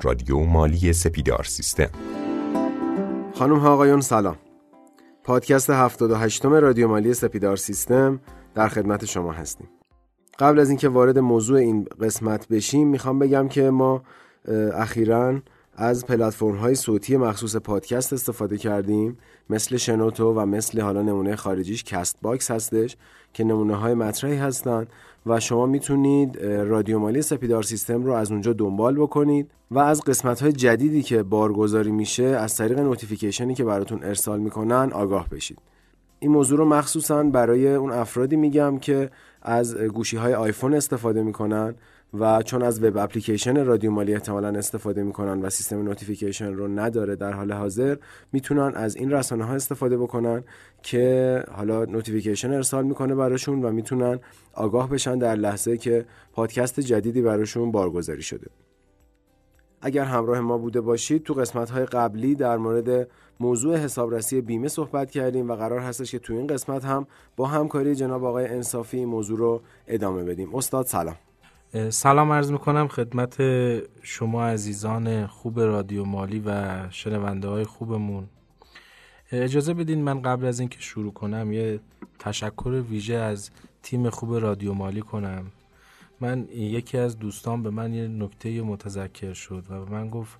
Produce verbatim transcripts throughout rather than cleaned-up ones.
رادیو مالی سپیدار سیستم. خانم ها آقایون سلام. پادکست هفتاد و هشتم رادیو مالی سپیدار سیستم در خدمت شما هستیم. قبل از اینکه وارد موضوع این قسمت بشیم میخوام بگم که ما اخیراً از پلتفرم‌های صوتی مخصوص پادکست استفاده کردیم، مثل شنوتو و مثل حالا نمونه خارجیش کست باکس هستش که نمونه‌های مطرحی هستن و شما میتونید رادیو مالی سپیدار سیستم رو از اونجا دنبال بکنید و از قسمت‌های جدیدی که بارگذاری میشه از طریق نوتیفیکیشنی که براتون ارسال میکنن آگاه بشید. این موضوع رو مخصوصاً برای اون افرادی میگم که از گوشی‌های آیفون استفاده میکنن و چون از وب اپلیکیشن رادیو مالی احتمالاً استفاده میکنن و سیستم نوتیفیکیشن رو نداره در حال حاضر، میتونن از این رسانه ها استفاده بکنن که حالا نوتیفیکیشن ارسال میکنه براشون و میتونن آگاه بشن در لحظه که پادکست جدیدی براشون بارگذاری شده. اگر همراه ما بوده باشید تو قسمت‌های قبلی در مورد موضوع حسابرسی بیمه صحبت کردیم و قرار هستش که تو این قسمت هم با همکاری جناب آقای انصافی این موضوع رو ادامه بدیم. استاد سلام. سلام عرض میکنم خدمت شما عزیزان خوب رادیو مالی و شنونده های خوبمون. اجازه بدین من قبل از اینکه شروع کنم یه تشکر ویژه از تیم خوب رادیو مالی کنم. من یکی از دوستان به من یه نکته متذکر شد و به من گفت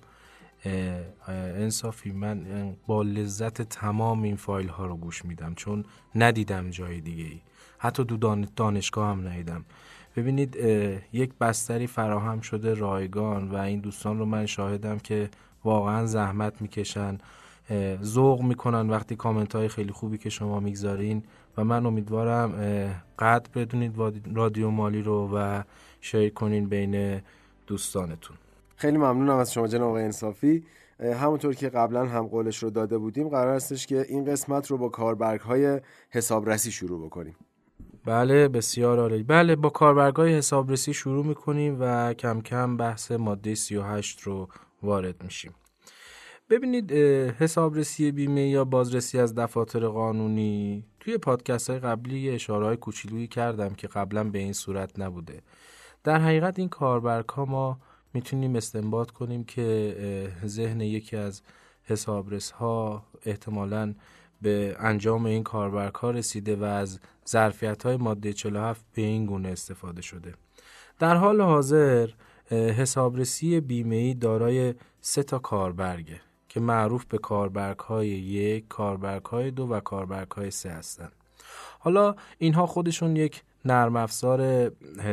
انصافی من با لذت تمام این فایل ها رو گوش میدم چون ندیدم جای دیگه ای، حتی دو دانشگاه هم ندیدم. ببینید یک بستری فراهم شده رایگان و این دوستان رو من شاهدم که واقعا زحمت میکشن، ذوق میکنن وقتی کامنت های خیلی خوبی که شما میگذارین و من امیدوارم قدر بدونید رادیو مالی رو و شیر کنین بین دوستانتون. خیلی ممنونم از شما جناب آقای انصافی. همونطور که قبلا هم قولش رو داده بودیم قرار هستش که این قسمت رو با کاربرگ‌های حسابرسی شروع بکنیم. بله بسیار عالی. بله با کاربرگ‌های حسابرسی شروع میکنیم و کم کم بحث ماده سی و هشت رو وارد میشیم. ببینید حسابرسی بیمه یا بازرسی از دفاتر قانونی توی پادکست های قبلی اشاره‌های کوچولویی کردم که قبلا به این صورت نبوده. در حقیقت این کاربرها ما میتونیم استنباط کنیم که ذهن یکی از حسابرس‌ها احتمالاً به انجام این کاربرها رسیده و از ظرفیت‌های ماده چهل و هفت به این گونه استفاده شده. در حال حاضر حسابرسی بیمه‌ای دارای سه تا کاربرگه که معروف به کاربرگ‌های یک، کاربرگ‌های دو و کاربرگ‌های سه هستن. حالا اینها خودشون یک نرم افزار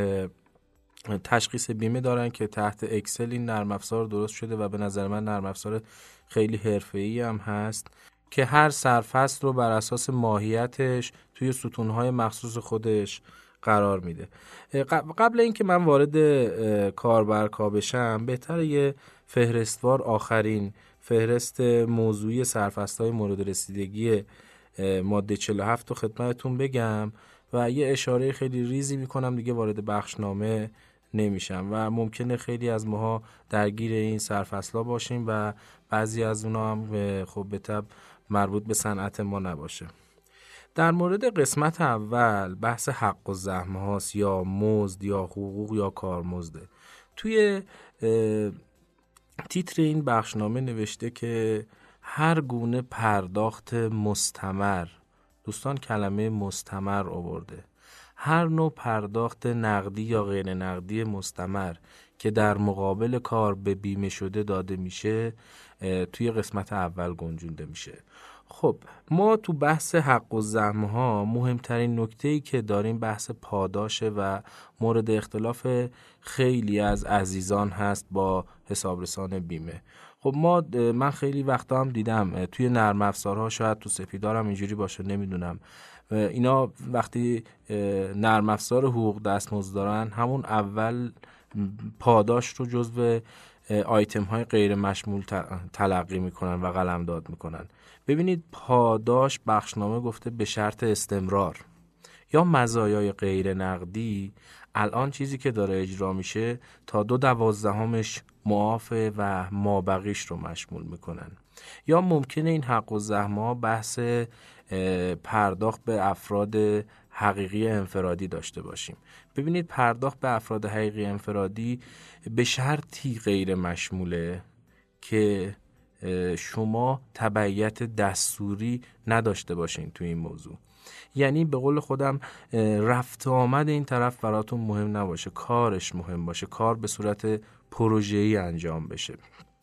تشخیص بیمه دارن که تحت اکسل این نرم افزار درست شده و به نظر من نرم افزار خیلی حرفه‌ای هم هست که هر سرفصل رو بر اساس ماهیتش توی ستون‌های مخصوص خودش قرار میده. قبل اینکه من وارد کاربرها بشم بهتره یه فهرستوار آخرین فهرست موضوعی سرفصل‌های مورد رسیدگی ماده چهل و هفت رو خدمتتون بگم و یه اشاره خیلی ریزی میکنم دیگه وارد بخشنامه نمیشم و ممکنه خیلی از ماها درگیر این سرفصل‌ها باشیم و بعضی از اونا هم خب به طب مربوط به صنعت ما نباشه. در مورد قسمت اول بحث حق و زحمه هاست یا مزد یا حقوق یا کارمزده. توی تیتر این بخشنامه نوشته که هر گونه پرداخت مستمر، دوستان کلمه مستمر آورده، هر نوع پرداخت نقدی یا غیر نقدی مستمر که در مقابل کار به بیمه شده داده میشه توی قسمت اول گنجونده میشه. خب ما تو بحث حق و زحمه ها مهمترین نکته‌ای که داریم بحث پاداشه و مورد اختلاف خیلی از عزیزان هست با حسابرسان بیمه. خب ما من خیلی وقتا هم دیدم توی نرم افزارها، شاید تو سپیدارم اینجوری باشه نمیدونم، اینا وقتی نرم افزار حقوق دستمزد دارن همون اول پاداش رو جزو آیتم های غیر مشمول تلقی میکنن و قلمداد میکنن. ببینید پاداش بخشنامه گفته به شرط استمرار یا مزایای غیر نقدی الان چیزی که داره اجرا میشه تا دو دوازدهمش معافه و مابقیش رو مشمول میکنن. یا ممکنه این حق و زحمه ها بحث پرداخت به افراد حقیقی انفرادی داشته باشیم. ببینید پرداخت به افراد حقیقی انفرادی به شرطی غیر مشموله که شما تبعیت دستوری نداشته باشین تو این موضوع. یعنی به قول خودم رفت آمد این طرف براتون مهم نباشه، کارش مهم باشه، کار به صورت پروژه‌ای انجام بشه.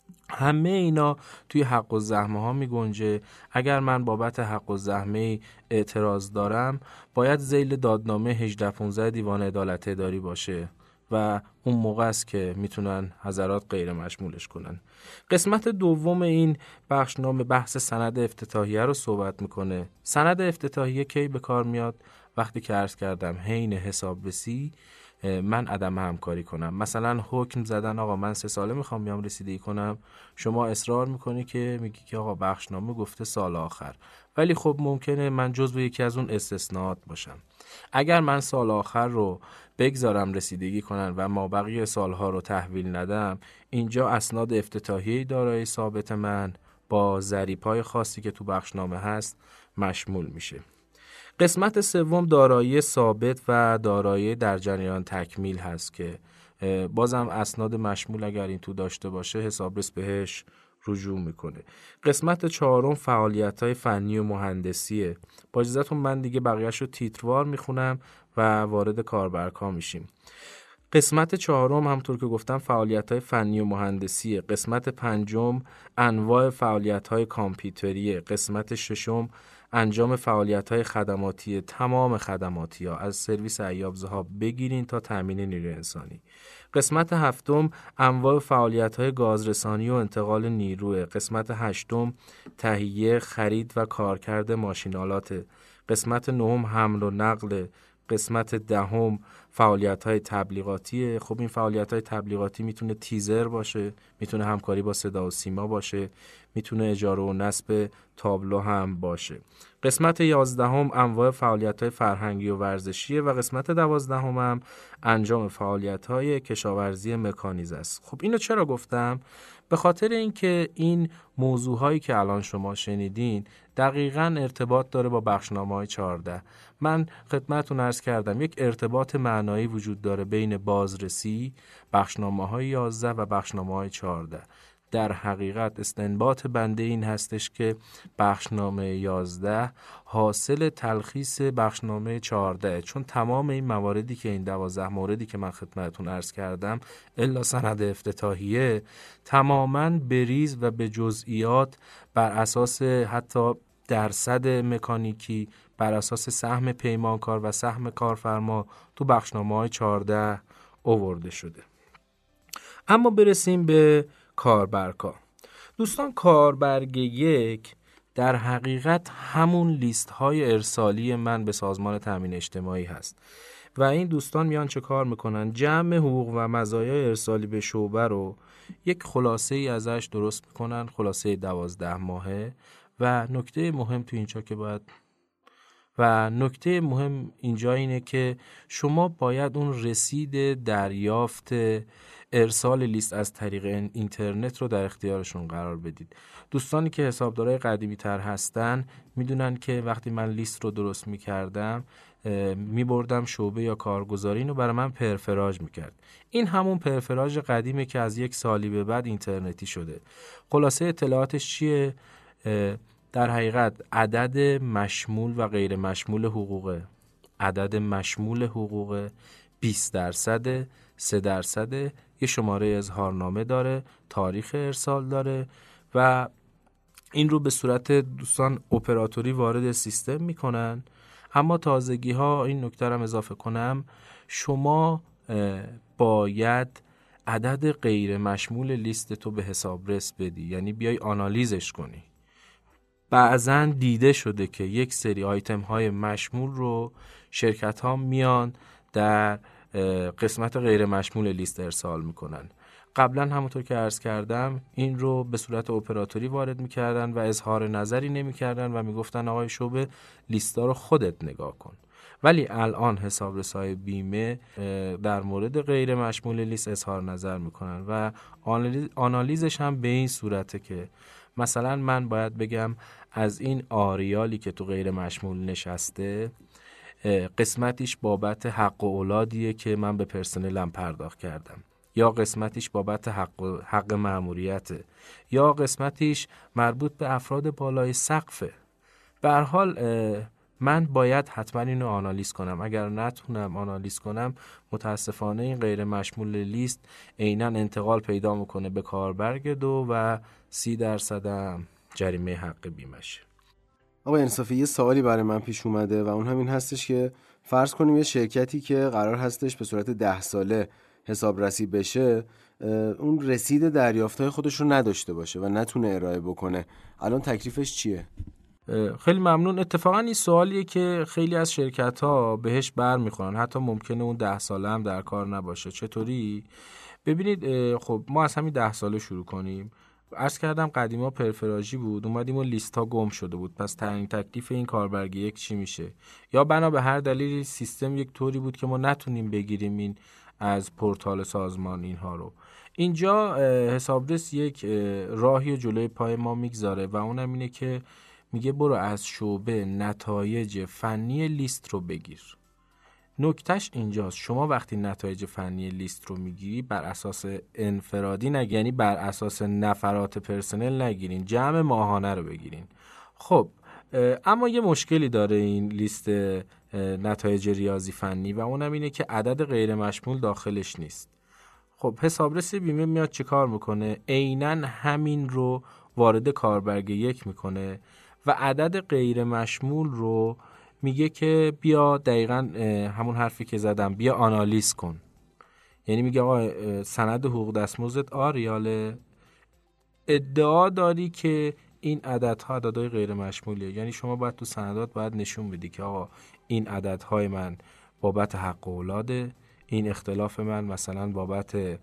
همه اینا توی حق و زحمه ها می گنجه. اگر من بابت حق و زحمه اعتراض دارم باید ذیل دادنامه هجده پانزده دیوان عدالت اداری باشه و اون موقع است که میتونن حضرات غیر مشمولش کنن. قسمت دوم این بخشنامه بحث سند افتتاحیه رو صحبت میکنه. سند افتتاحیه کی به کار میاد؟ وقتی که عرض کردم حین حسابرسی من عدم همکاری کنم. مثلا حکم زدن آقا من سه ساله میخوام بیام رسیدگی کنم، شما اصرار میکنی که میگی که آقا بخشنامه گفته سال آخر، ولی خب ممکنه من جزو یکی از اون استثناءات باشم. اگر من سال آخر رو بگذارم رسیدگی کنن و ما بقیه سالها رو تحویل ندم، اینجا اسناد افتتاحیه دارای ثابت من با ضریب‌های خاصی که تو بخشنامه هست مشمول میشه. قسمت سوم دارایی ثابت و دارایی در جریان تکمیل هست که بازم اسناد مشمول اگر این تو داشته باشه حسابرس بهش رجوع میکنه. قسمت چهارم فعالیت‌های فنی و مهندسیه. با اجازهتون من دیگه بقیه‌شو تیتروار میخونم و وارد کاربرکا میشیم. قسمت چهارم همونطور که گفتم فعالیت‌های فنی و مهندسیه. قسمت پنجم انواع فعالیت‌های کامپیوتریه. قسمت ششم انجام فعالیت‌های خدماتی، تمام خدماتی‌ها از سرویس ایابزها بگیرین تا تامین نیروی انسانی. قسمت هفتم انواع فعالیت‌های گازرسانی و انتقال نیروی. قسمت هشتم تهیه، خرید و کارکرد ماشین‌آلات. قسمت نهم حمل و نقل. قسمت دهم فعالیت‌های تبلیغاتی. خب این فعالیت‌های تبلیغاتی میتونه تیزر باشه، میتونه همکاری با صدا و سیما باشه، میتونه اجاره و نصب تابلو هم باشه. قسمت یازدهم انواع فعالیت‌های فرهنگی و ورزشیه و قسمت دوازدهم هم انجام فعالیت‌های کشاورزی مکانیزه است. خب اینو چرا گفتم؟ به خاطر اینکه این موضوعهایی که الان شما شنیدین دقیقاً ارتباط داره با بخشنامه‌های چهارده. من خدمتتون عرض کردم یک ارتباط معنایی وجود داره بین بازرسی، بخشنامه‌های یازده و بخشنامه‌های چهارده. در حقیقت استنباط بنده این هستش که بخشنامه یازده حاصل تلخیص بخشنامه چهارده، چون تمام این مواردی که این دوازده موردی که من خدمتتون عرض کردم الا سند افتتاحیه تماماً بریز و به جزئیات بر اساس حتی درصد مکانیکی، بر اساس سهم پیمانکار و سهم کارفرما تو بخشنامه‌های چهارده آورده شده. اما برسیم به کاربرکا. دوستان کاربرگ یک در حقیقت همون لیست های ارسالی من به سازمان تامین اجتماعی هست و این دوستان میان چه کار میکنن؟ جمع حقوق و مزایای ارسالی به شعبه رو یک خلاصه ای ازش درست میکنن، خلاصه دوازده ماهه. و نکته مهم تو اینجا که باید و نکته مهم اینجا اینه که شما باید اون رسید دریافت ارسال لیست از طریق اینترنت رو در اختیارشون قرار بدید. دوستانی که حسابدارای قدیمی تر هستن میدونن که وقتی من لیست رو درست میکردم میبردم شعبه یا کارگزاری رو برای من پرفراژ میکرد. این همون پرفراژ قدیمه که از یک سالی به بعد اینترنتی شده. خلاصه اطلاعاتش چیه؟ در حقیقت عدد مشمول و غیر مشمول حقوقه. عدد مشمول حقوقه بیست درصد، سه درصد، یه شماره اظهارنامه داره، تاریخ ارسال داره و این رو به صورت دوستان اپراتوری وارد سیستم میکنن. اما تازگی ها این نکته رو اضافه کنم، شما باید عدد غیر مشمول لیست تو به حسابرس بدی، یعنی بیای آنالیزش کنی. بعضاً دیده شده که یک سری آیتم های مشمول رو شرکت ها میان در قسمت غیر مشمول لیست ارسال میکنن. قبلا همونطور که عرض کردم این رو به صورت اپراتوری وارد میکردن و اظهار نظری نمیکردن و میگفتن آقای شعبه لیستا رو خودت نگاه کن. ولی الان حسابرس‌های بیمه در مورد غیر مشمول لیست اظهار نظر میکنن و آنالیزش هم به این صورته که مثلا من باید بگم از این آریالی که تو غیر مشمول نشسته قسمتیش بابت حق و اولادیه که من به پرسنلم پرداخت کردم، یا قسمتیش بابت حق حق مأموریته، یا قسمتیش مربوط به افراد بالای سقفه. به هر حال من باید حتما اینو آنالیز کنم. اگر نتونم آنالیز کنم متاسفانه این غیر مشمول لیست عیناً انتقال پیدا میکنه به کاربرگ دو و سی درصدم جریمه حق بیمشه. آقا انصافی یه سوالی برای من پیش اومده و اون همین هستش که فرض کنیم یه شرکتی که قرار هستش به صورت ده ساله حسابرسی بشه اون رسید دریافت‌های خودش رو نداشته باشه و نتونه ارائه بکنه، الان تکلیفش چیه؟ خیلی ممنون. اتفاقا این سوالیه که خیلی از شرکت‌ها بهش بر میخورن، حتی ممکنه اون ده ساله هم در کار نباشه. چطوری؟ ببینید خب ما از همین ده ساله شروع کنیم. عرض کردم قدیما پرفراژی بود، اومدیم و لیست ها گم شده بود. پس تعیین تکلیف این کاربرگ یک چی میشه؟ یا بنا به هر دلیلی سیستم یک طوری بود که ما نتونیم بگیریم این از پورتال سازمان اینها رو. اینجا حسابرس یک راهی جلوی پای ما میگذاره و اونم اینه که میگه برو از شعبه نتایج فنی لیست رو بگیر. نکتهش اینجاست، شما وقتی نتایج فنی لیست رو میگیری بر اساس انفرادی نگیرین، یعنی بر اساس نفرات پرسنل نگیرین، جمع ماهانه رو بگیرین. خب اما یه مشکلی داره این لیست نتایج ریاضی فنی و اونم اینه که عدد غیر مشمول داخلش نیست. خب حسابرس بیمه میاد چه کار میکنه؟ عیناً همین رو وارد کاربرگ یک میکنه و عدد غیر مشمول رو میگه که بیا دقیقاً همون حرفی که زدم، بیا آنالیز کن. یعنی میگه آقا سند حقوق دستمزدت آ ریاله، ادعا داری که این عددها عددهای غیر مشمولیه، یعنی شما باید تو سندات باید نشون بدی که آقا این عددهای من بابت حق اولاده، این اختلاف من مثلا بابت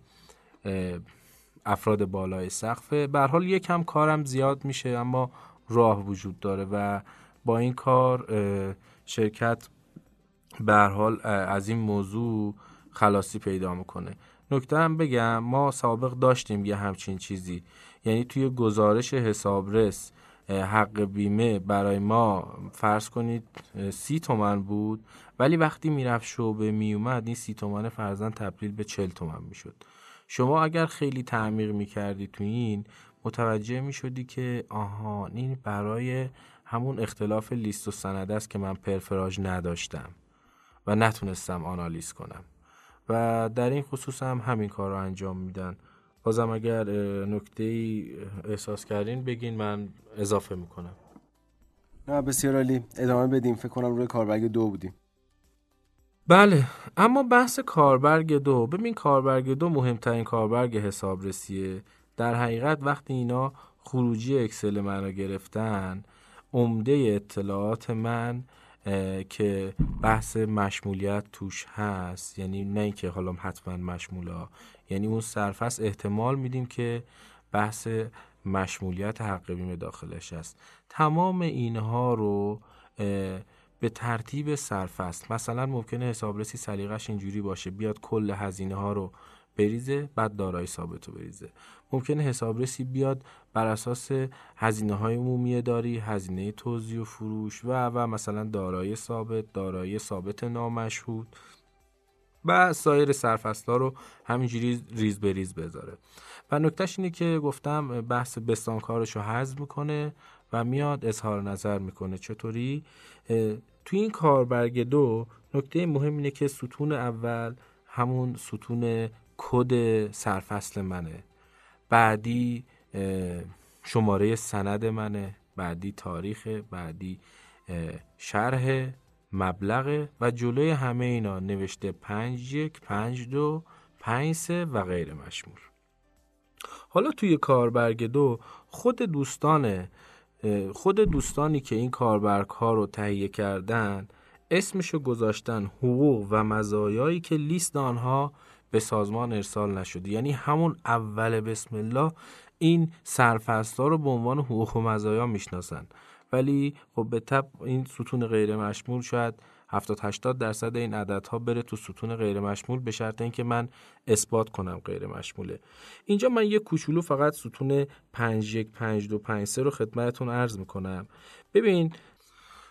افراد بالای سقفه. به هر حال یکم کارم زیاد میشه اما راه وجود داره و با این کار شرکت به هر حال از این موضوع خلاصی پیدا میکنه. نکته هم بگم ما سابق داشتیم یه همچین چیزی، یعنی توی گزارش حسابرس حق بیمه برای ما فرض کنید سی تومن بود، ولی وقتی میرفت شعبه میومد این سی تومن فرضاً تبدیل به چل تومن میشد. شما اگر خیلی تعمیق میکردی تو این متوجه میشدی که آها این برای همون اختلاف لیست و سند است که من پرفراژ نداشتم و نتونستم آنالیز کنم و در این خصوص هم همین کار رو انجام میدن. بازم اگر نکته‌ای احساس کردین بگین من اضافه میکنم. نه بسیار عالی، ادامه بدیم. فکر کنم روی کاربرگ دو بودیم. بله، اما بحث کاربرگ دو، ببین کاربرگ دو مهمترین کاربرگ حسابرسیه. در حقیقت وقتی اینا خروجی اکسل منو گرفتن، عمده اطلاعات من که بحث مشمولیت توش هست، یعنی نه اینکه حالا حتما مشمولا، یعنی اون سرفصل احتمال میدیم که بحث مشمولیت حق بیمه داخلش هست. تمام اینها رو به ترتیب سرفصل، مثلا ممکنه حسابرسی سلیقش اینجوری باشه بیاد کل هزینه ها رو بریزه بعد دارایی ثابت رو بریزه. ممکنه حسابرسی بیاد بر اساس هزینه های عمومی داری، هزینه توزیع و فروش و و مثلا دارایی ثابت، دارایی ثابت نامشهود و سایر سرفصل‌ها رو همینجوری ریز به ریز بذاره. و نکتهش اینه که گفتم بحث بستانکارش رو حذف میکنه و میاد اظهار نظر میکنه. چطوری؟ توی این کاربرگ دو نکته مهم اینه که ستون اول همون ستون کد سرفصل منه، بعدی شماره سند منه، بعدی تاریخ، بعدی شرح مبلغ و جلوی همه اینا نوشته پنج یک، پنج دو، پنج سه و غیر مشمول. حالا توی کاربرگ دو خود دوستان خود دوستانی که این کاربرگ ها رو تهیه کردن اسمشو گذاشتن حقوق و مزایایی که لیست آنها به سازمان ارسال نشده، یعنی همون اول بسم الله این سرفصل‌ها رو به عنوان حقوق و مزایا میشناسن، ولی خب به طب این ستون غیر مشمول شاید هفتاد هشتاد درصد این عددها بره تو ستون غیر مشمول به شرط اینکه من اثبات کنم غیر مشموله. اینجا من یه کوچولو فقط ستون پنج یک، پنج دو، پنج سه رو خدمتتون عرض میکنم. ببین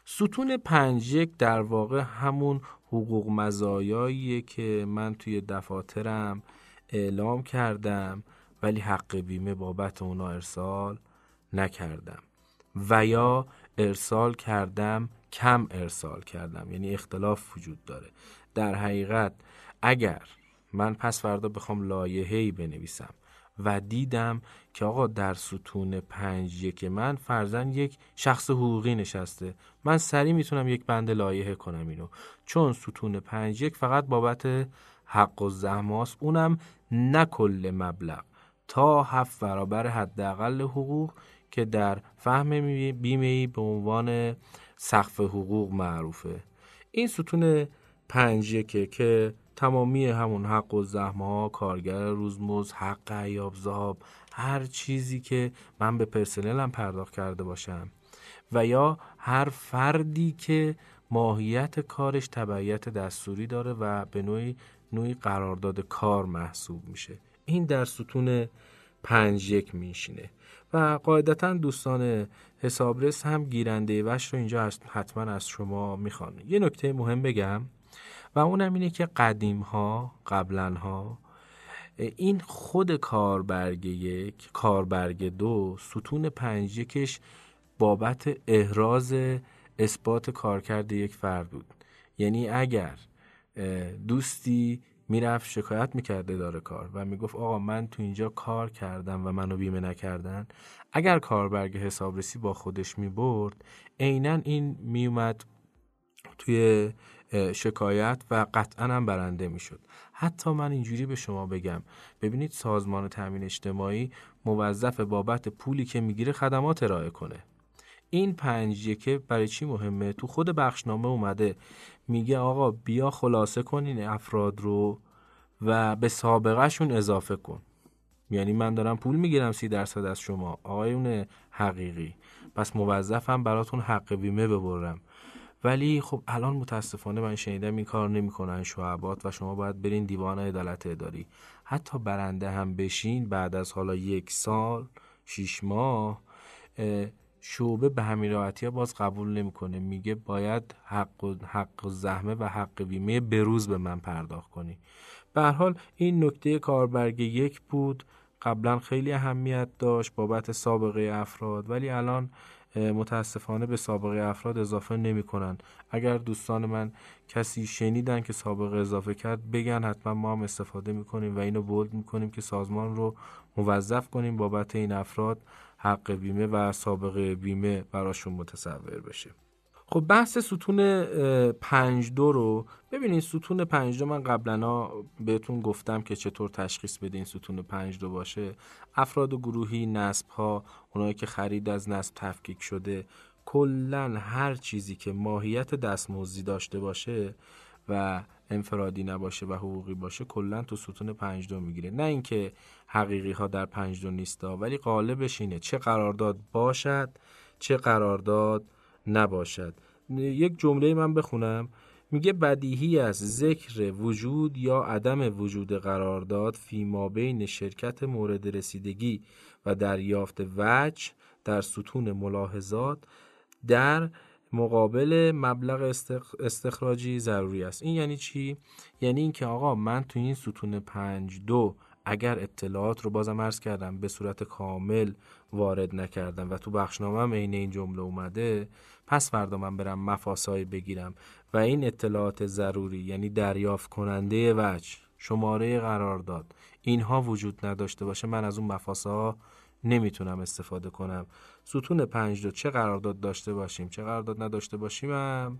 ستون پنج یک در واقع همون حقوق مزایاییه که من توی دفاترم اعلام کردم ولی حق بیمه بابت اونا ارسال نکردم و یا ارسال کردم کم ارسال کردم، یعنی اختلاف وجود داره. در حقیقت اگر من پس فردا بخوام لایحه‌ای بنویسم و دیدم که آقا در ستون پنج یک من فرضاً یک شخص حقوقی نشسته، من سریع میتونم یک بند لایحه کنم اینو، چون ستون پنج یک فقط بابت حق و زحماست، اونم نه کل مبلغ، تا هفت برابر حداقل حقوق که در فهم بیمه‌ای به عنوان سقف حقوق معروفه. این ستون پنج یک که تمامی همون حق و زحمه ها، کارگر روزمزد، حق عیاب ذهاب، هر چیزی که من به پرسنلم پرداخت کرده باشم و یا هر فردی که ماهیت کارش تبعیت دستوری داره و به نوعی نوعی قرارداد کار محسوب میشه، این در ستون پنج یک میشینه. و قاعدتا دوستان حسابرس هم گیرنده وش رو اینجا حتما از شما میخوان. یه نکته مهم بگم و اونم اینه که قدیم ها قبلن ها این خود کاربرگ یک کاربرگ دو ستون پنج یکش بابت احراز اثبات کارکرد یک فرد بود. یعنی اگر دوستی میرفت شکایت میکرد اداره کار و میگفت آقا من تو اینجا کار کردم و منو بیمه نکردن، اگر کاربرگ حسابرسی با خودش میبرد عیناً این میومد توی شکایت و قطعاً هم برنده میشد. حتی من اینجوری به شما بگم، ببینید سازمان تامین اجتماعی موظف بابت پولی که میگیره خدمات ارائه کنه. این پنج یکه برای چی مهمه؟ تو خود بخشنامه اومده میگه آقا بیا خلاصه کن این افراد رو و به سابقه شون اضافه کن. یعنی من دارم پول میگیرم سی درصد از شما آقایون حقیقی، پس موظفم براتون حق بیمه ببرم. ولی خب الان متاسفانه من شنیدم این کار نمیکنن شعبات و شما باید برین دیوان عدالت اداری. حتی برنده هم بشین بعد از حالا یک سال شیش ماه شعبه به همین راحتی باز قبول نمیکنه، میگه باید حق و حق و زحمه و حق بیمه بروز به من پرداخت کنی. به هر حال این نکته کاربرگ یک بود، قبلا خیلی اهمیت داشت بابت سابقه افراد، ولی الان متاسفانه به سابقه افراد اضافه نمی کنن. اگر دوستان من کسی شنیدن که سابقه اضافه کرد بگن، حتما ما هم استفاده می کنیم و اینو بولد می کنیم که سازمان رو موظف کنیم بابت این افراد حق بیمه و سابقه بیمه براشون متصور بشه. خب بحث ستون پنج دو رو ببینید. ستون پنج دو من قبلا بهتون گفتم که چطور تشخیص بده این ستون پنج دو باشه. افراد و گروهی، نصب ها، اونایی که خرید از نصب تفکیک شده، کلن هر چیزی که ماهیت دستمزدی داشته باشه و انفرادی نباشه و حقوقی باشه کلن تو ستون پنج دو میگیره. نه اینکه حقیقی ها در پنج دو نیستا، ولی غالبش اینه چه قرارداد باشد چه قرارداد نباشد. یک جمله من بخونم، میگه بدیهی است ذکر وجود یا عدم وجود قرارداد فی ما بین شرکت مورد رسیدگی و دریافت وجه در ستون ملاحظات در مقابل مبلغ استخراجی ضروری است. این یعنی چی؟ یعنی این که آقا من تو این ستون پنج دو اگر اطلاعات رو بازم عرض کردم به صورت کامل وارد نکردم و تو بخشنامه‌ام عین این جمله اومده، پس فردا من برم مفاسایی بگیرم و این اطلاعات ضروری یعنی دریافت کننده وجه، شماره قرارداد، اینها وجود نداشته باشه، من از اون مفاسا نمیتونم استفاده کنم. ستون پنج دو چه قرارداد داشته باشیم چه قرارداد نداشته باشیم هم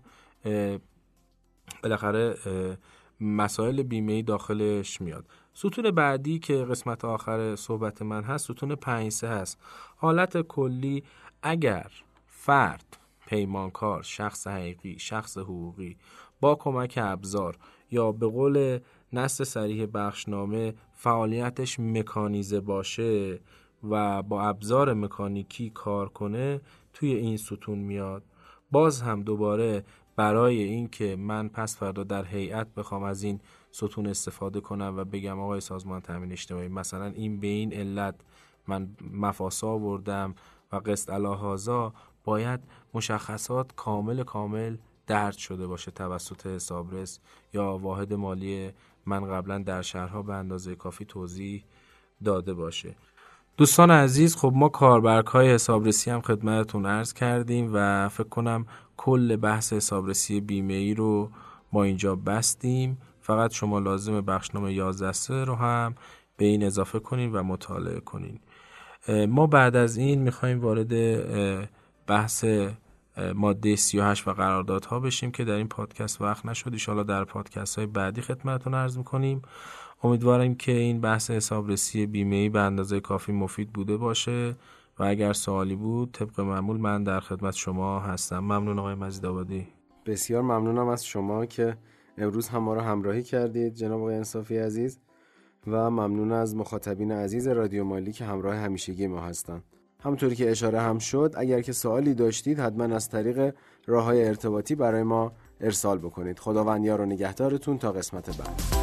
بالاخره مسائل بیمه‌ای داخلش میاد. ستون بعدی که قسمت آخر صحبت من هست ستون پنج سه هست. حالت کلی اگر فرد، پیمانکار، شخص حقیقی، شخص حقوقی با کمک ابزار یا به قول نص صریح بخشنامه فعالیتش مکانیزه باشه و با ابزار مکانیکی کار کنه توی این ستون میاد. باز هم دوباره برای این که من پس فردا در هیئت بخوام از این ستون استفاده کنم و بگم آقای سازمان تامین اجتماعی مثلا این به این علت من مفاسا آوردم و قسط علی هذا، باید مشخصات کامل کامل درج شده باشه توسط حسابرس یا واحد مالی من قبلا در شرحها به اندازه کافی توضیح داده باشه. دوستان عزیز، خب ما کاربرک‌های حسابرسی هم خدمتتون عرض کردیم و فکر کنم کل بحث حسابرسی بیمه‌ای رو ما اینجا بستیم. فقط شما لازم بخشنامه یازده سه رو هم به این اضافه کنین و مطالعه کنین. ما بعد از این میخوایم وارد بحث ماده سی و هشت و قراردادها بشیم که در این پادکست وقت نشد. ان شاءالله در پادکست های بعدی خدمتتون عرض میکنیم. امیدوارم که این بحث حسابرسی بیمه‌ای به اندازه کافی مفید بوده باشه و اگر سوالی بود طبق معمول من در خدمت شما هستم. ممنون آقای مجیدآبادی. بسیار ممنونم از شما که امروز هم ما رو همراهی کردید جناب آقای انصافی عزیز و ممنون از مخاطبین عزیز رادیو مالی که همراه همیشگی ما هستند. همونطوری که اشاره هم شد، اگر که سوالی داشتید حتما از طریق راه‌های ارتباطی برای ما ارسال بکنید. خداوند یار و نگهدارتون تا قسمت بعد.